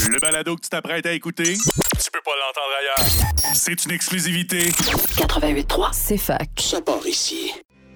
Le balado que tu t'apprêtes à écouter, tu peux pas l'entendre ailleurs. C'est une exclusivité. 88.3, c'est fac. Ça part ici.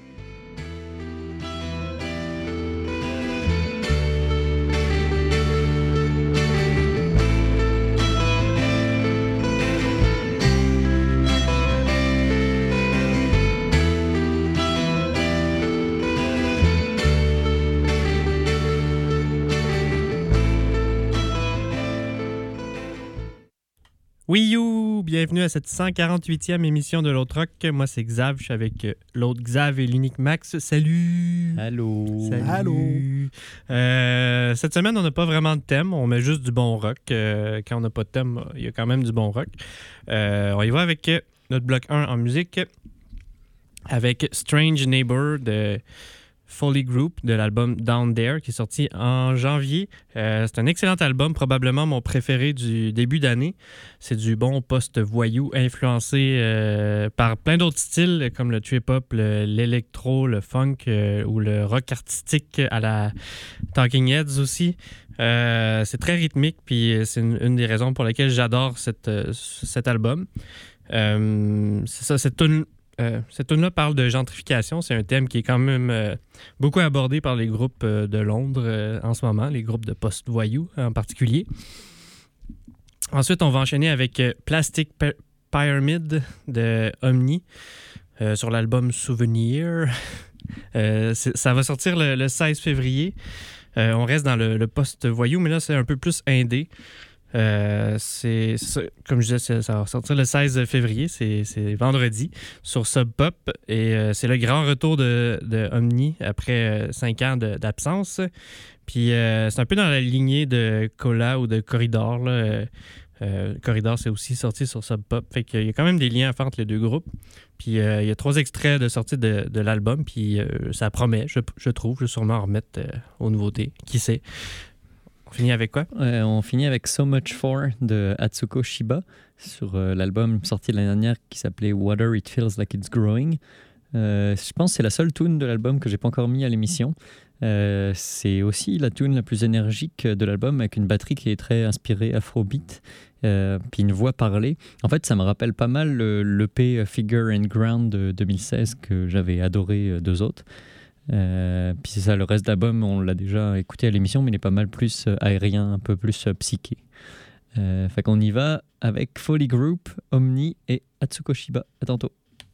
Oui, you! Bienvenue à cette 148e émission de l'Autre Rock. Moi, c'est Xav. Je suis avec l'autre Xav et l'unique Max. Salut! Allô! Salut. Allô! Cette semaine, on n'a pas vraiment de thème. On met juste du bon rock. Quand on n'a pas de thème, il y a quand même du bon rock. On y va avec notre bloc 1 en musique. Avec Strange Neighbor de Foley Group de l'album Down There qui est sorti en janvier. C'est un excellent album, probablement mon préféré du début d'année. C'est du bon post-voyou influencé par plein d'autres styles comme le trip-hop, l'électro, le funk ou le rock artistique à la Talking Heads aussi. C'est très rythmique puis c'est une des raisons pour lesquelles j'adore cet album. C'est ça, cette tune-là parle de gentrification. C'est un thème qui est quand même beaucoup abordé par les groupes de Londres en ce moment, les groupes de post-voyous en particulier. Ensuite, on va enchaîner avec Plastic Pyramid de Omni sur l'album Souvenir. Ça va sortir le 16 février. On reste dans le post-voyou, mais là, c'est un peu plus indé. C'est comme je disais, ça va sortir le 16 février, c'est vendredi sur Sub Pop et c'est le grand retour de Omni après 5 ans d'absence. Puis c'est un peu dans la lignée de Cola ou de Corridor. Corridor, c'est aussi sorti sur Sub Pop. Fait qu'il y a quand même des liens à faire entre les deux groupes. Puis il y a 3 extraits de sortie de l'album, puis ça promet, je trouve. Je vais sûrement en remettre aux nouveautés. Qui sait? On finit avec quoi? On finit avec So Much For de Atsuko Shiba sur l'album sorti l'année dernière qui s'appelait Water It Feels Like It's Growing. Je pense que c'est la seule tune de l'album que j'ai pas encore mis à l'émission. C'est aussi la tune la plus énergique de l'album avec une batterie qui est très inspirée Afrobeat puis une voix parlée. En fait, ça me rappelle pas mal l'EP Figure and Ground de 2016 que j'avais adoré d'eux autres. Puis c'est ça, le reste de l'album on l'a déjà écouté à l'émission, mais il est pas mal plus aérien, un peu plus psyché. Fait qu'on y va avec Foley Group, Omni et Atsuko Shiba. À tantôt.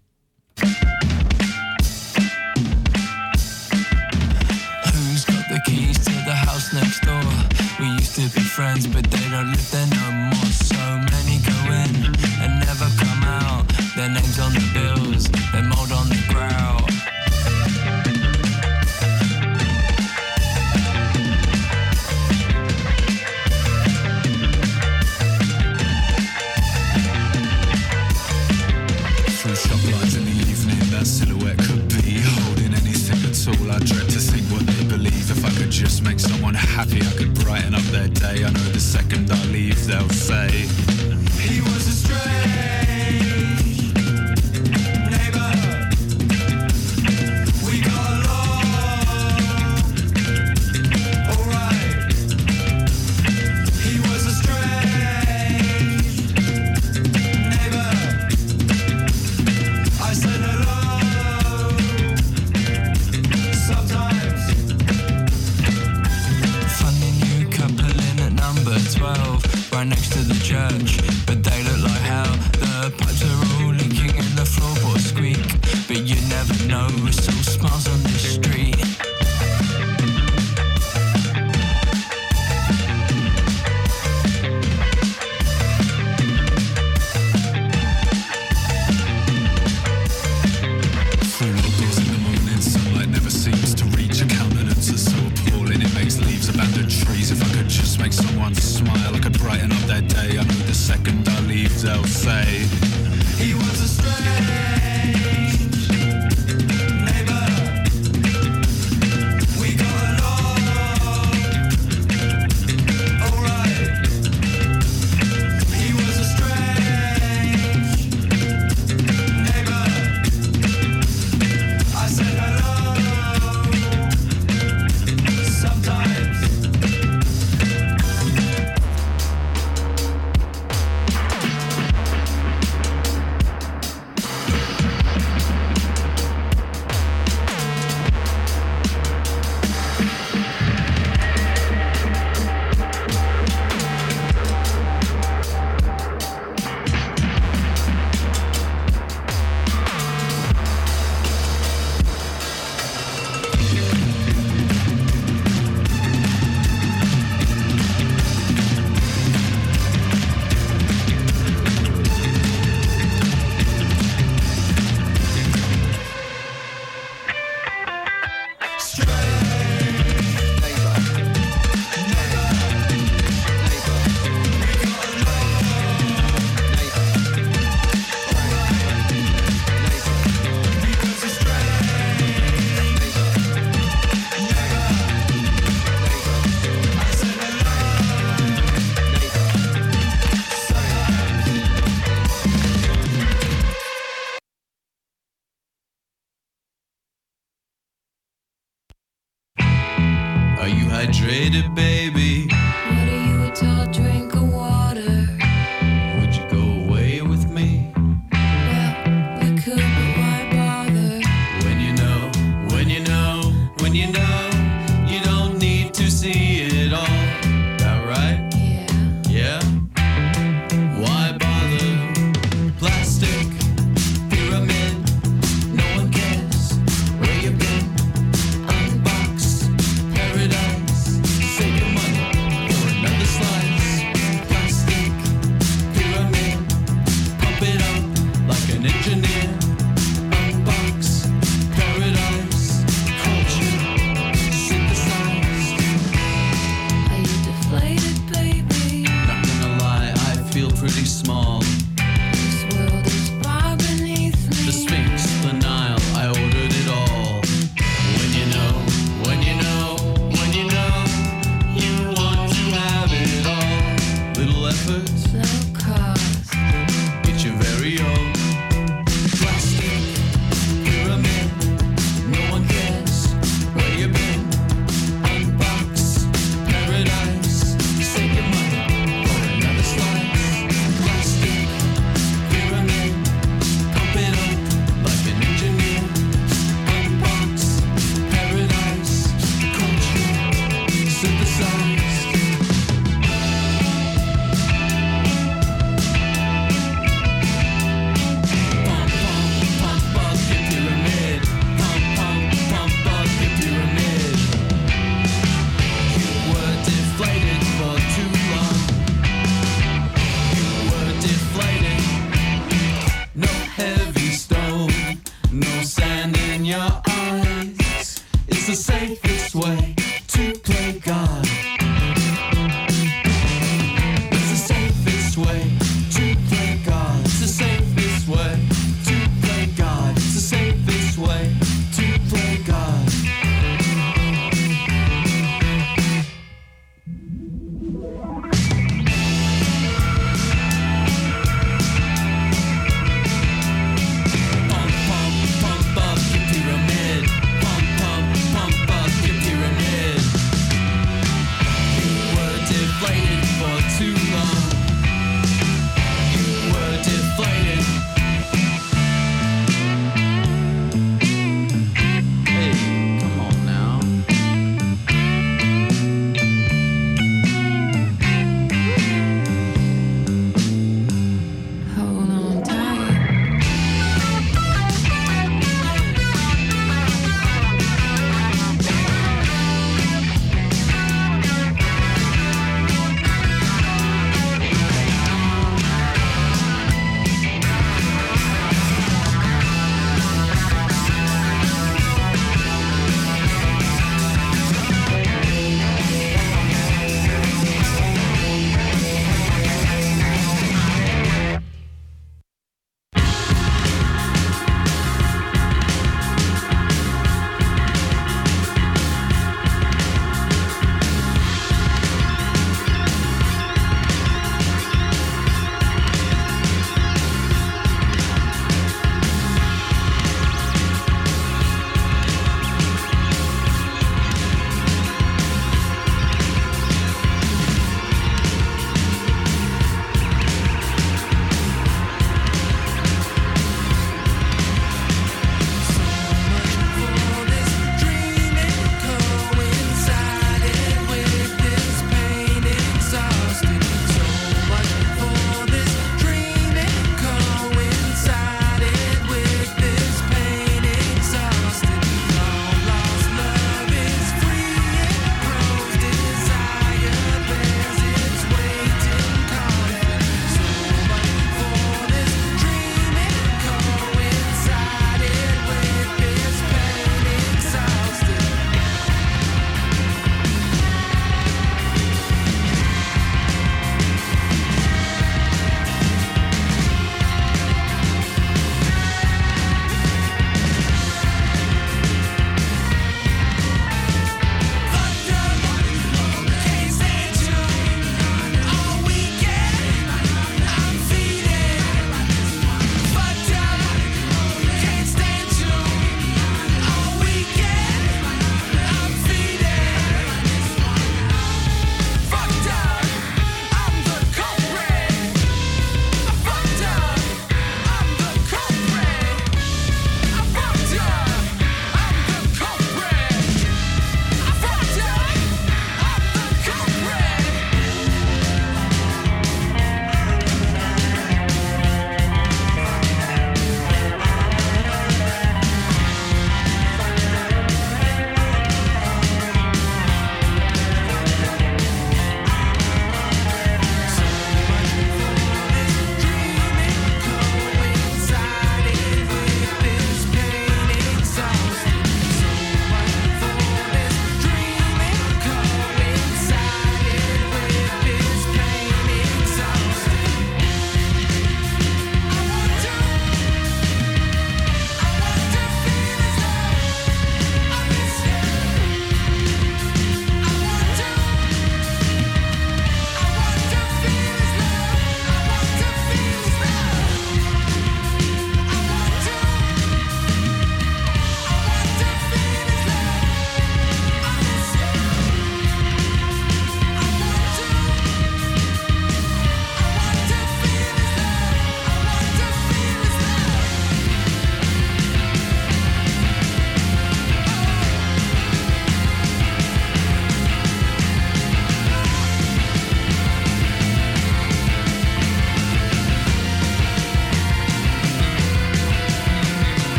Who's got the keys to the house next door? We used to be friends, but they don't live there no more. So many go in and never come out. Their names on the bills, their mold on the ground. Silhouette could be holding anything at all. I dread to think what they believe. If I could just make someone happy, I could brighten up their day. I know the second I leave, they'll say he was a strange neighbor. We got along alright. He was a strange neighbor. I said hello. Funny new couple in at number 12, right next to the church, but they look like hell. The pipes are all leaking and the floorboards squeak, but you never know, it's all smiles on the street. Make someone smile, I could brighten up their day. I know the second I leave, they'll say he was a strange neighbor. We got along alright. He was a strange neighbor. I said hello sometimes.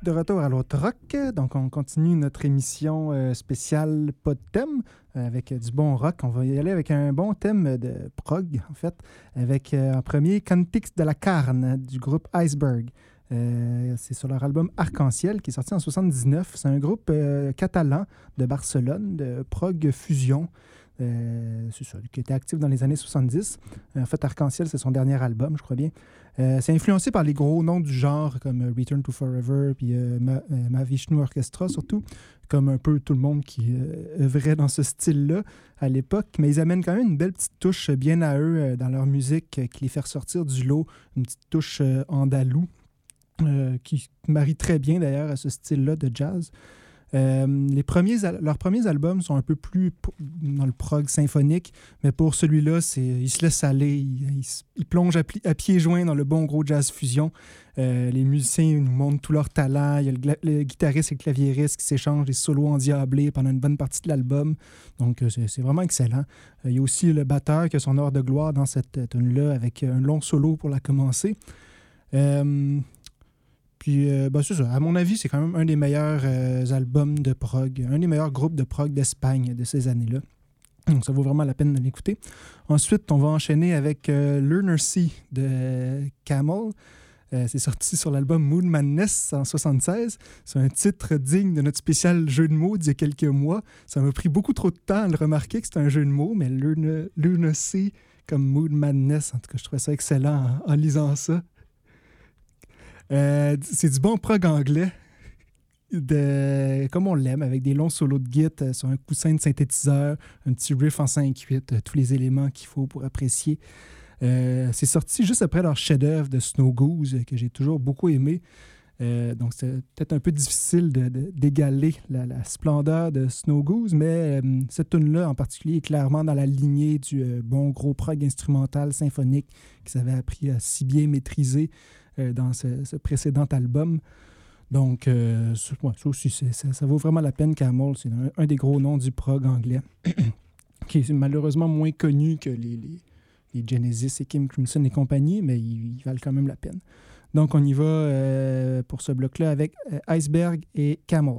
De retour à l'autre rock, donc on continue notre émission spéciale pas de thème avec du bon rock. On va y aller avec un bon thème de prog en fait, avec en premier Cantics de la Carne du groupe Iceberg. C'est sur leur album Arc-en-Ciel qui est sorti en 79. C'est un groupe catalan de Barcelone, de prog fusion. C'est ça, qui était actif dans les années 70. En fait, Arc-en-Ciel, c'est son dernier album, je crois bien. C'est influencé par les gros noms du genre, comme Return to Forever, puis Mahavishnu Orchestra, surtout, comme un peu tout le monde qui œuvrait dans ce style-là à l'époque. Mais ils amènent quand même une belle petite touche bien à eux dans leur musique qui les fait ressortir du lot, une petite touche andalou, qui marie très bien d'ailleurs à ce style-là de jazz. Leurs premiers albums sont un peu plus dans le prog symphonique, mais pour celui-là, il se laisse aller, il plonge à pieds joints dans le bon gros jazz fusion. Les musiciens nous montrent tout leur talent. Il y a le guitariste et le claviériste qui s'échangent des solos endiablés pendant une bonne partie de l'album. Donc, c'est vraiment excellent. Il y a aussi le batteur qui a son heure de gloire dans cette tune-là avec un long solo pour la commencer. Puis, c'est ça. À mon avis, c'est quand même un des meilleurs albums de prog, un des meilleurs groupes de prog d'Espagne de ces années-là. Donc, ça vaut vraiment la peine de l'écouter. Ensuite, on va enchaîner avec Lunacy de Camel. C'est sorti sur l'album Moon Madness en 1976. C'est un titre digne de notre spécial jeu de mots d'il y a quelques mois. Ça m'a pris beaucoup trop de temps à le remarquer que c'était un jeu de mots, mais Lunacy comme Moon Madness, en tout cas, je trouvais ça excellent en lisant ça. C'est du bon prog anglais, comme on l'aime, avec des longs solos de guitare sur un coussin de synthétiseur, un petit riff en 5/8, tous les éléments qu'il faut pour apprécier. C'est sorti juste après leur chef-d'œuvre de Snow Goose, que j'ai toujours beaucoup aimé. Donc, c'est peut-être un peu difficile d'égaler la splendeur de Snow Goose, mais cette tune-là en particulier est clairement dans la lignée du bon gros prog instrumental symphonique qu'ils avaient appris à si bien maîtriser dans ce précédent album. Donc, ça aussi, ça vaut vraiment la peine. Camel, c'est un des gros noms du prog anglais, qui est malheureusement moins connu que les Genesis et King Crimson et compagnie, mais ils valent quand même la peine. Donc, on y va pour ce bloc-là avec Iceberg et Camel.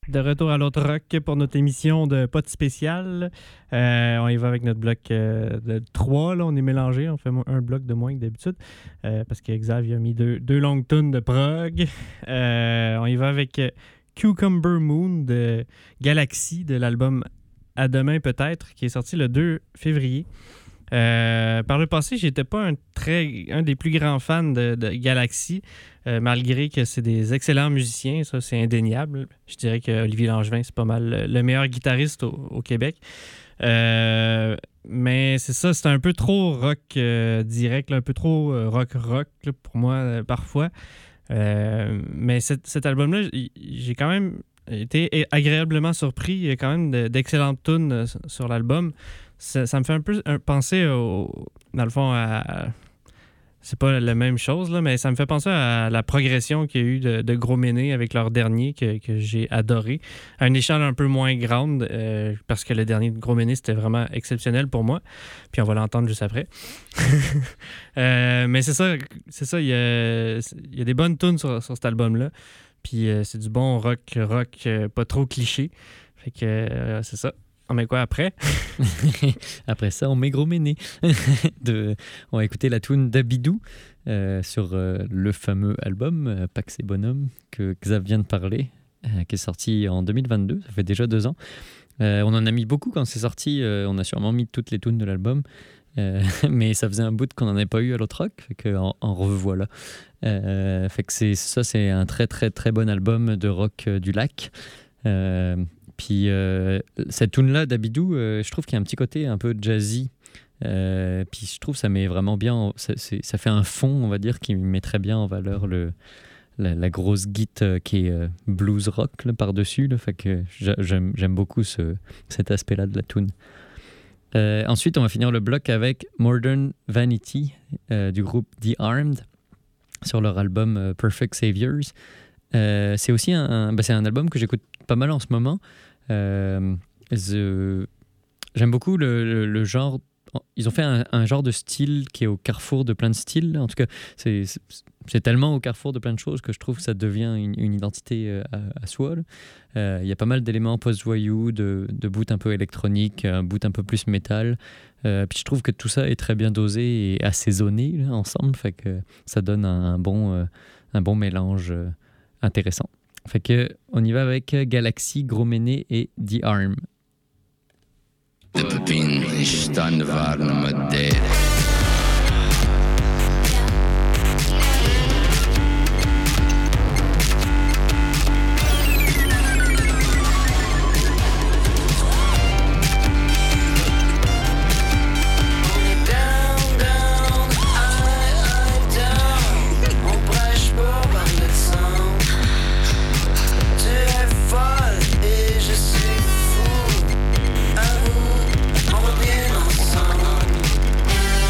de retour à l'autre rock pour notre émission de Pot spécial. On y va avec notre bloc de 3. Là, on est mélangé. On fait un bloc de moins que d'habitude parce que Xav a mis deux longues tunes de prog. On y va avec Cucumber Moon de Galaxy, de l'album À demain peut-être, qui est sorti le 2 février. Par le passé, j'étais pas un des plus grands fans de Galaxy, malgré que c'est des excellents musiciens, ça c'est indéniable. Je dirais que Olivier Langevin, c'est pas mal le meilleur guitariste au Québec. Mais c'est ça, c'est un peu trop rock direct, là, un peu trop rock là, pour moi parfois. Mais cet album-là, j'ai quand même été agréablement surpris. Il y a quand même d'excellentes tunes sur l'album. Ça me fait un peu penser dans le fond, c'est pas la même chose, là, mais ça me fait penser à la progression qu'il y a eu de Gros Méné avec leur dernier que j'ai adoré. À une échelle un peu moins grande, parce que le dernier de Gros Méné, c'était vraiment exceptionnel pour moi. Puis on va l'entendre juste après. Mais c'est ça, il y a des bonnes tunes sur cet album-là. Puis c'est du bon rock pas trop cliché. Fait que c'est ça. On met quoi après? Après ça, on met Gros Méné. On va écouter la tune d'Abidou sur le fameux album Pax et Bonhomme que Xav vient de parler, qui est sorti en 2022. Ça fait déjà 2 ans. On en a mis beaucoup quand c'est sorti. On a sûrement mis toutes les tunes de l'album. Mais ça faisait un bout qu'on n'en avait pas eu à l'autre rock. Fait qu'en revoilà. Fait que c'est un très très très bon album de rock du lac. Puis cette tune-là d'Abidou, je trouve qu'il y a un petit côté un peu jazzy. Puis je trouve que ça met vraiment bien... Ça fait un fond, on va dire, qui met très bien en valeur la grosse guitare qui est blues rock là, par-dessus. Là, fait que j'aime beaucoup cet aspect-là de la tune. Ensuite, on va finir le bloc avec Modern Vanity du groupe The Armed sur leur album Perfect Saviors. C'est aussi c'est un album que j'écoute pas mal en ce moment. J'aime beaucoup le genre. Ils ont fait un genre de style qui est au carrefour de plein de styles. En tout cas, c'est tellement au carrefour de plein de choses que je trouve que ça devient une identité à soi. Il y a pas mal d'éléments post-voyou, de bouts un peu électroniques, un bout un peu plus métal. Puis je trouve que tout ça est très bien dosé et assaisonné là, ensemble. Fait que ça donne un bon mélange intéressant. Fait que on y va avec Galaxy, Gros Méné et The Arm. On revient ensemble.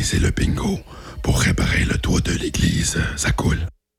utiliser le bingo pour réparer le toit de l'église. Ça coule.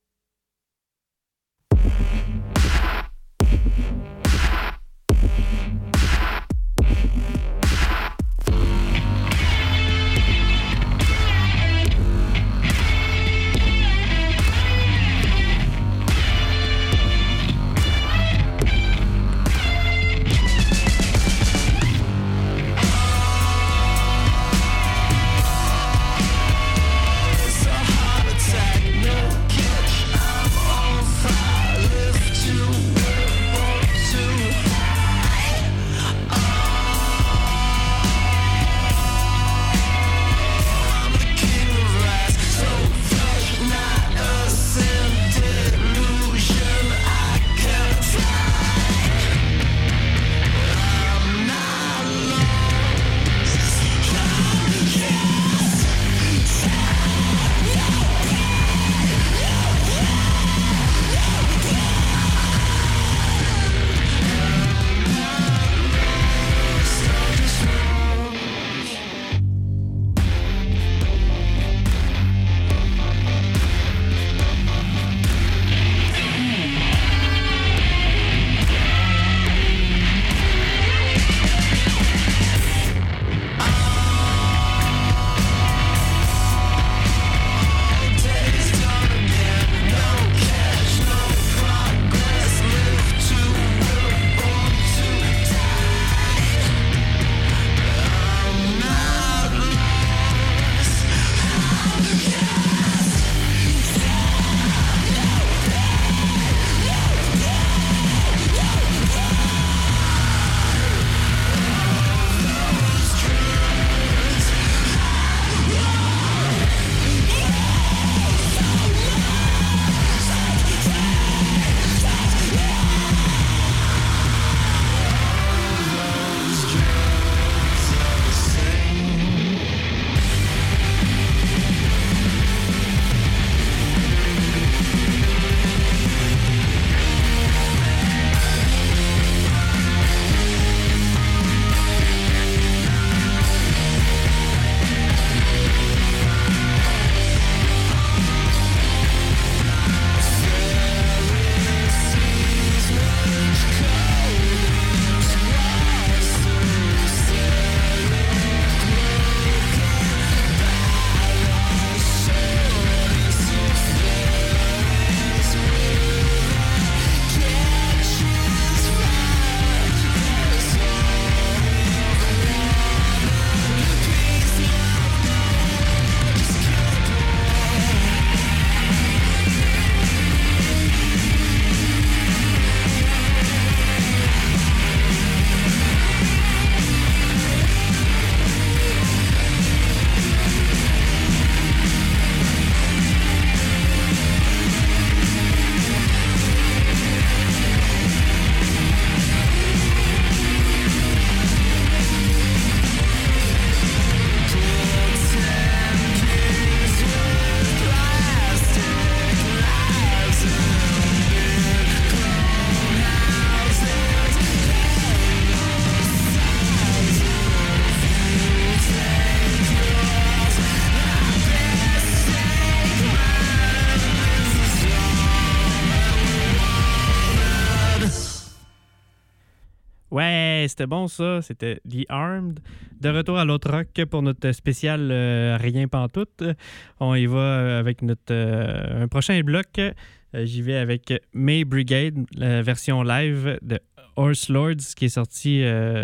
Ouais, c'était bon ça. C'était The Armed. De retour à l'autre rock pour notre spécial Rien Pantoute. On y va avec notre un prochain bloc. J'y vais avec May Brigade, la version live de Horse Lords qui est sorti.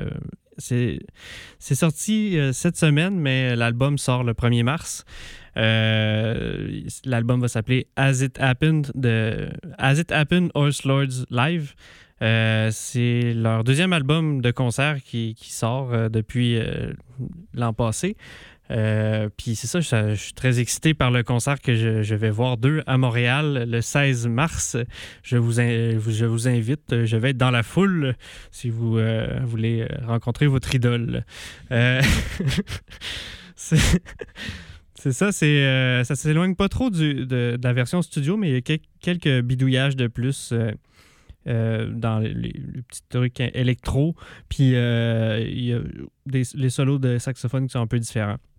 C'est sorti cette semaine, mais l'album sort le 1er mars. L'album va s'appeler As It Happened, Horse Lords Live. C'est leur deuxième album de concert qui sort depuis l'an passé. Puis c'est ça, je suis très excité par le concert que je vais voir d'eux à Montréal le 16 mars. Je vous invite, je vais être dans la foule si vous voulez rencontrer votre idole. C'est ça, ça s'éloigne pas trop de la version studio, mais il y a quelques bidouillages de plus dans les petits trucs électro. Puis il y a les solos de saxophone qui sont un peu différents.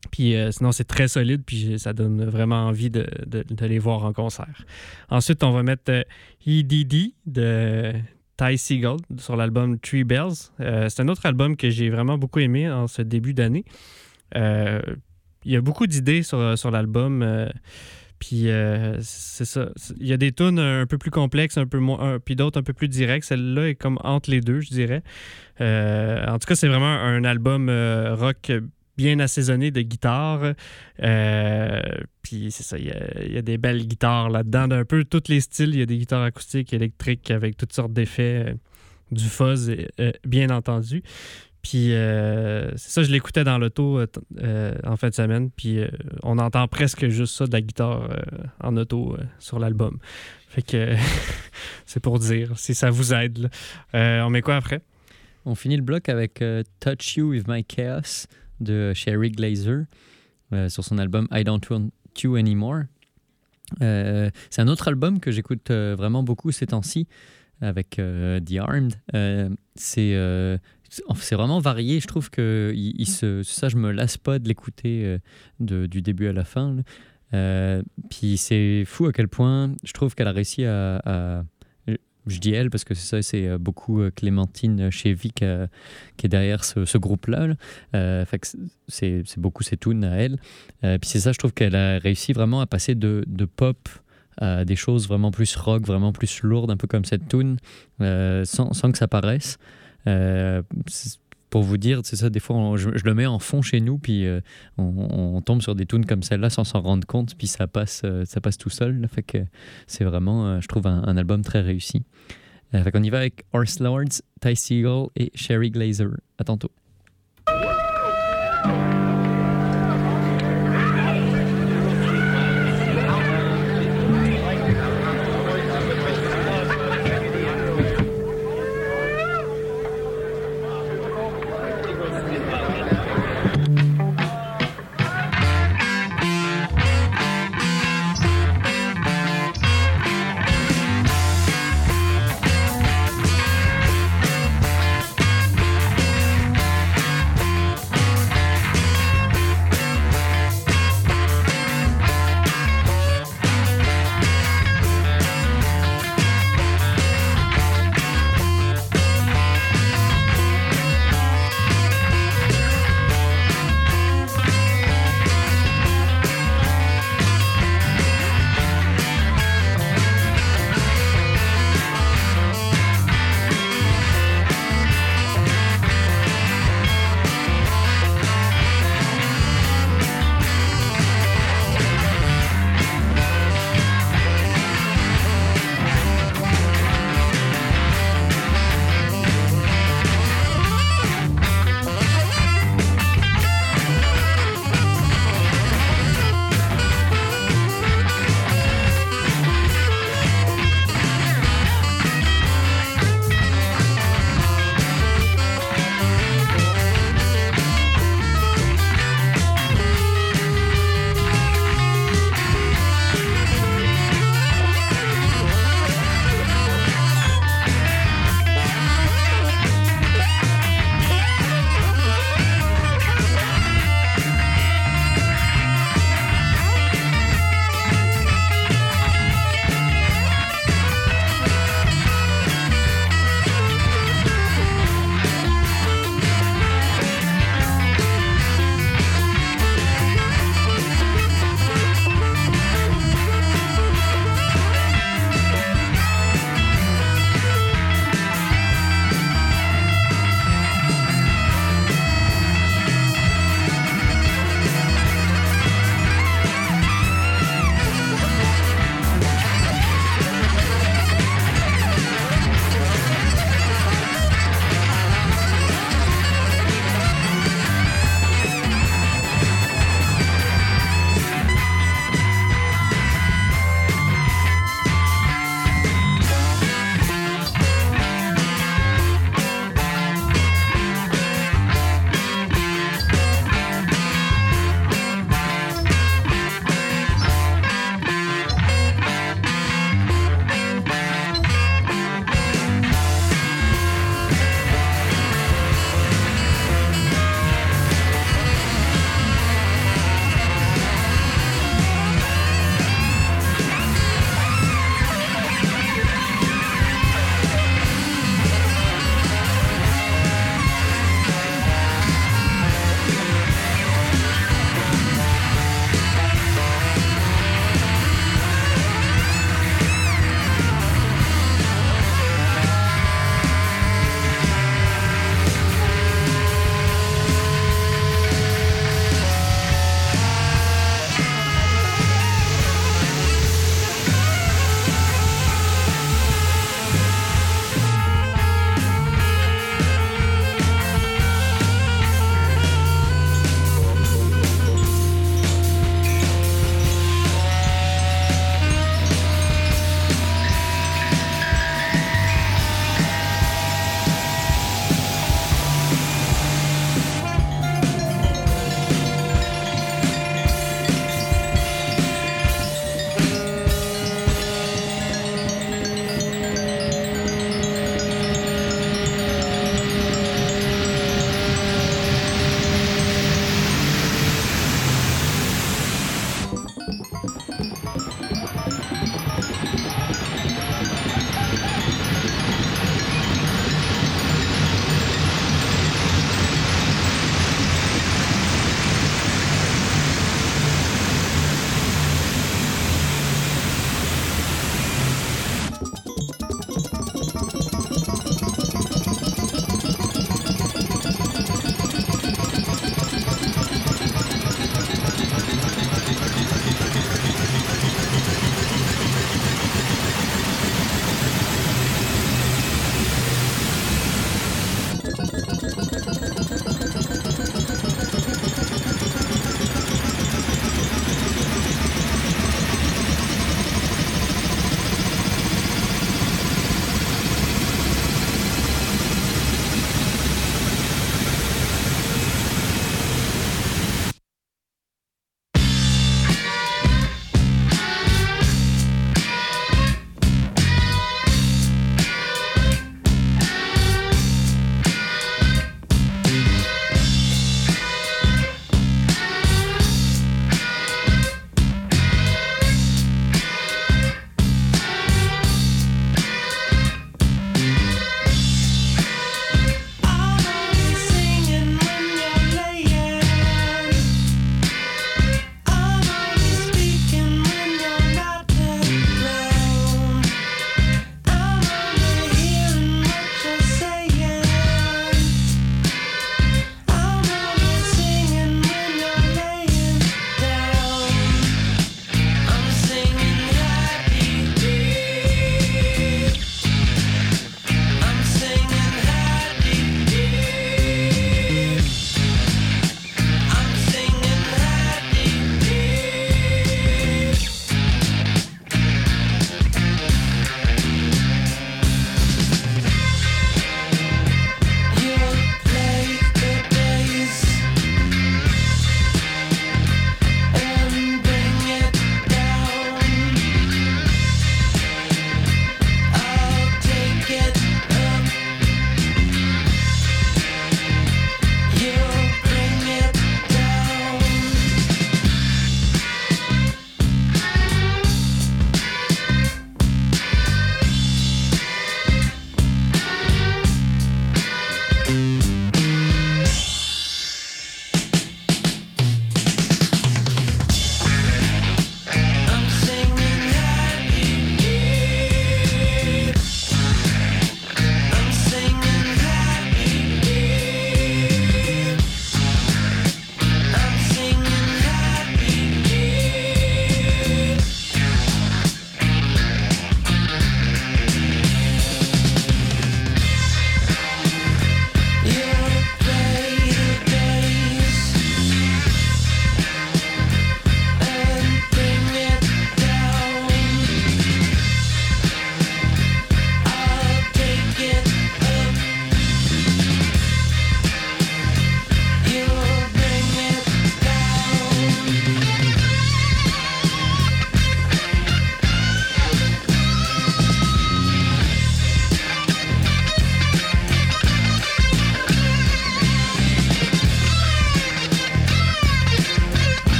Puis sinon, c'est très solide, puis ça donne vraiment envie de les voir en concert. Ensuite, on va mettre EDD de Ty Segall sur l'album Three Bells. C'est un autre album que j'ai vraiment beaucoup aimé en ce début d'année. Il y a beaucoup d'idées sur l'album. Puis c'est ça. Il y a des tunes un peu plus complexes, un peu moins, puis d'autres un peu plus directs. Celle-là est comme entre les deux, je dirais. En tout cas, c'est vraiment un album rock bien assaisonné de guitare. Puis c'est ça, il y a des belles guitares là-dedans, d'un peu tous les styles. Il y a des guitares acoustiques, électriques, avec toutes sortes d'effets, du fuzz, bien entendu. Puis c'est ça, je l'écoutais dans l'auto en fin de semaine, puis on entend presque juste ça de la guitare en auto sur l'album. Fait que c'est pour dire, si ça vous aide. On met quoi après? On finit le bloc avec Touch You With My Chaos de Sherry Glazer sur son album I Don't Want You Anymore. C'est un autre album que j'écoute vraiment beaucoup ces temps-ci avec The Armed. C'est vraiment varié. Je trouve que ça, je me lasse pas de l'écouter du début à la fin. Puis c'est fou à quel point je trouve qu'elle a réussi à je dis elle parce que c'est beaucoup Clémentine Chevy qui est derrière ce groupe-là. Fait que c'est beaucoup ses tunes à elle. Puis c'est ça, je trouve qu'elle a réussi vraiment à passer de pop à des choses vraiment plus rock, vraiment plus lourdes, un peu comme cette tune, sans que ça paraisse. Pour vous dire, c'est ça, des fois, je le mets en fond chez nous, puis on tombe sur des tunes comme celle-là sans s'en rendre compte, puis ça passe tout seul. Là, fait que c'est vraiment, je trouve, un album très réussi. Fait qu'on y va avec Horse Lords, Ty Segall et Sherry Glazer. À tantôt.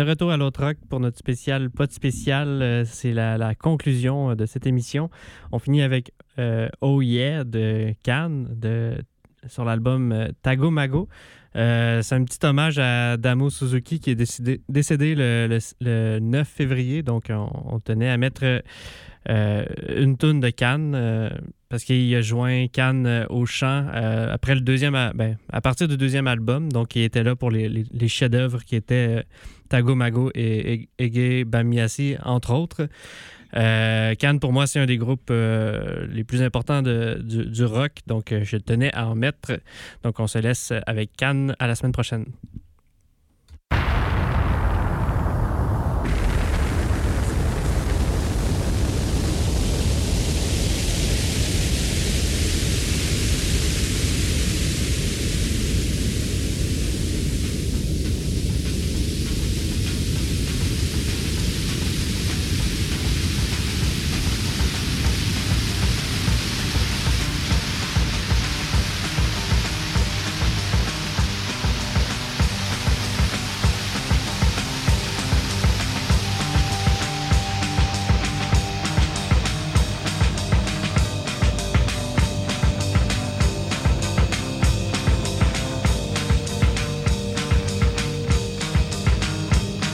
de retour à l'autre rock pour notre spécial, pas de spécial. C'est la conclusion de cette émission. On finit avec Oh Yeah de Can sur l'album Tago Mago. C'est un petit hommage à Damo Suzuki qui est décédé le 9 février. Donc, on tenait à mettre une toune de Can parce qu'il a joint Can au chant après à partir du deuxième album. Donc, il était là pour les chefs-d'œuvre qui étaient Tago Mago et Ege Bamiasi, entre autres. Can, pour moi, c'est un des groupes les plus importants du rock, donc je tenais à en mettre. Donc, on se laisse avec Can. À la semaine prochaine.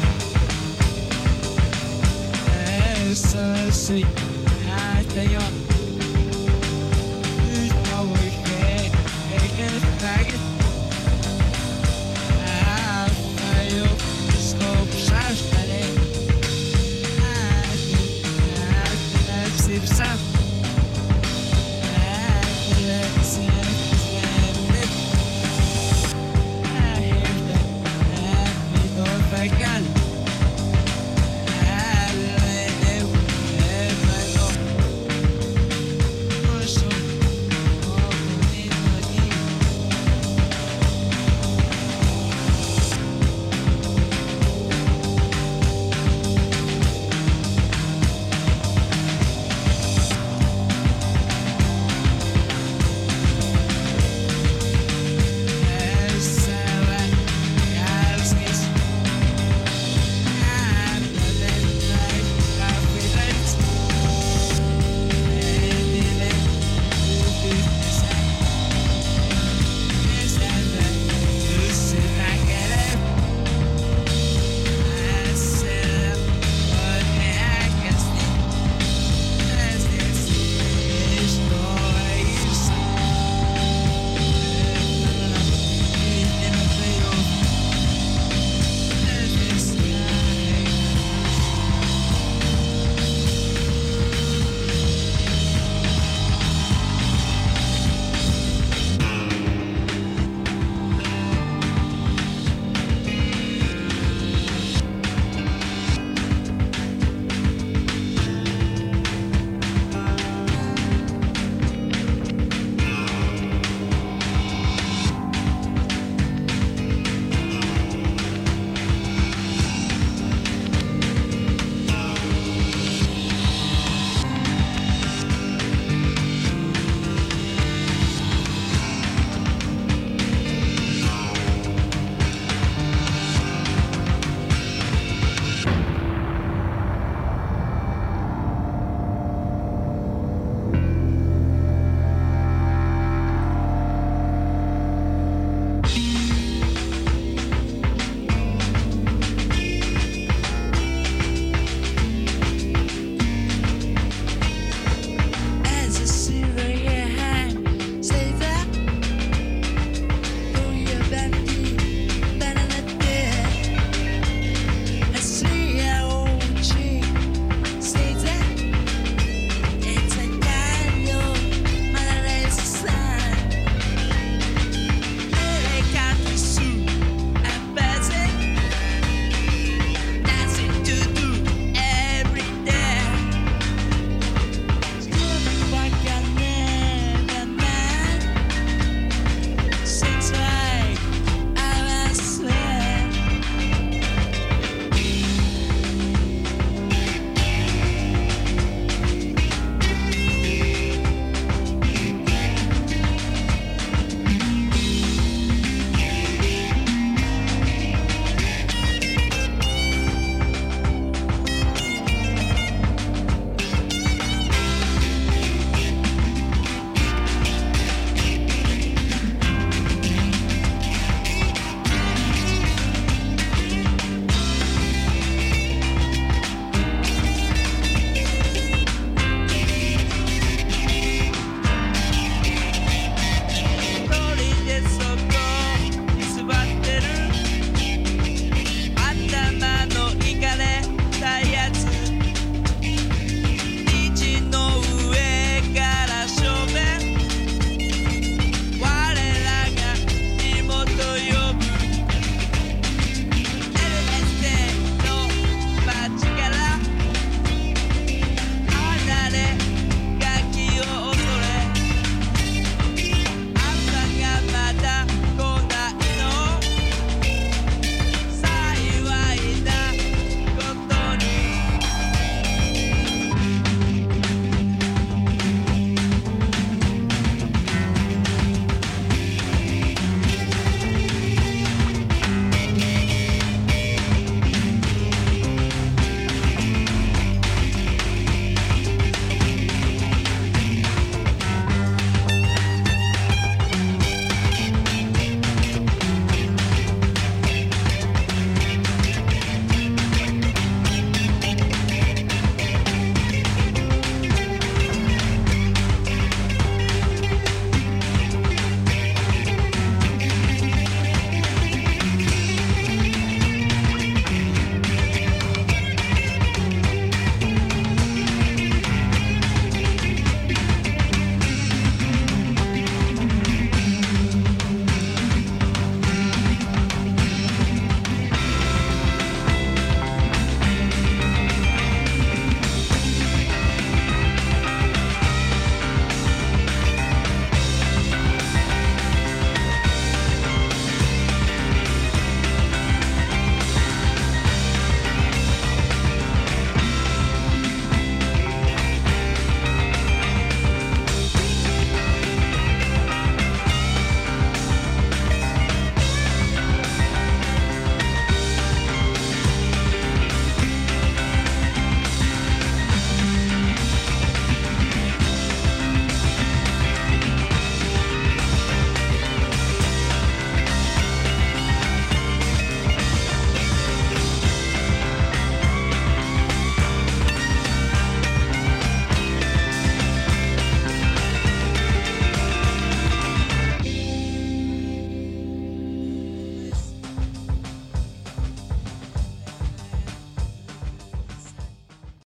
I tell you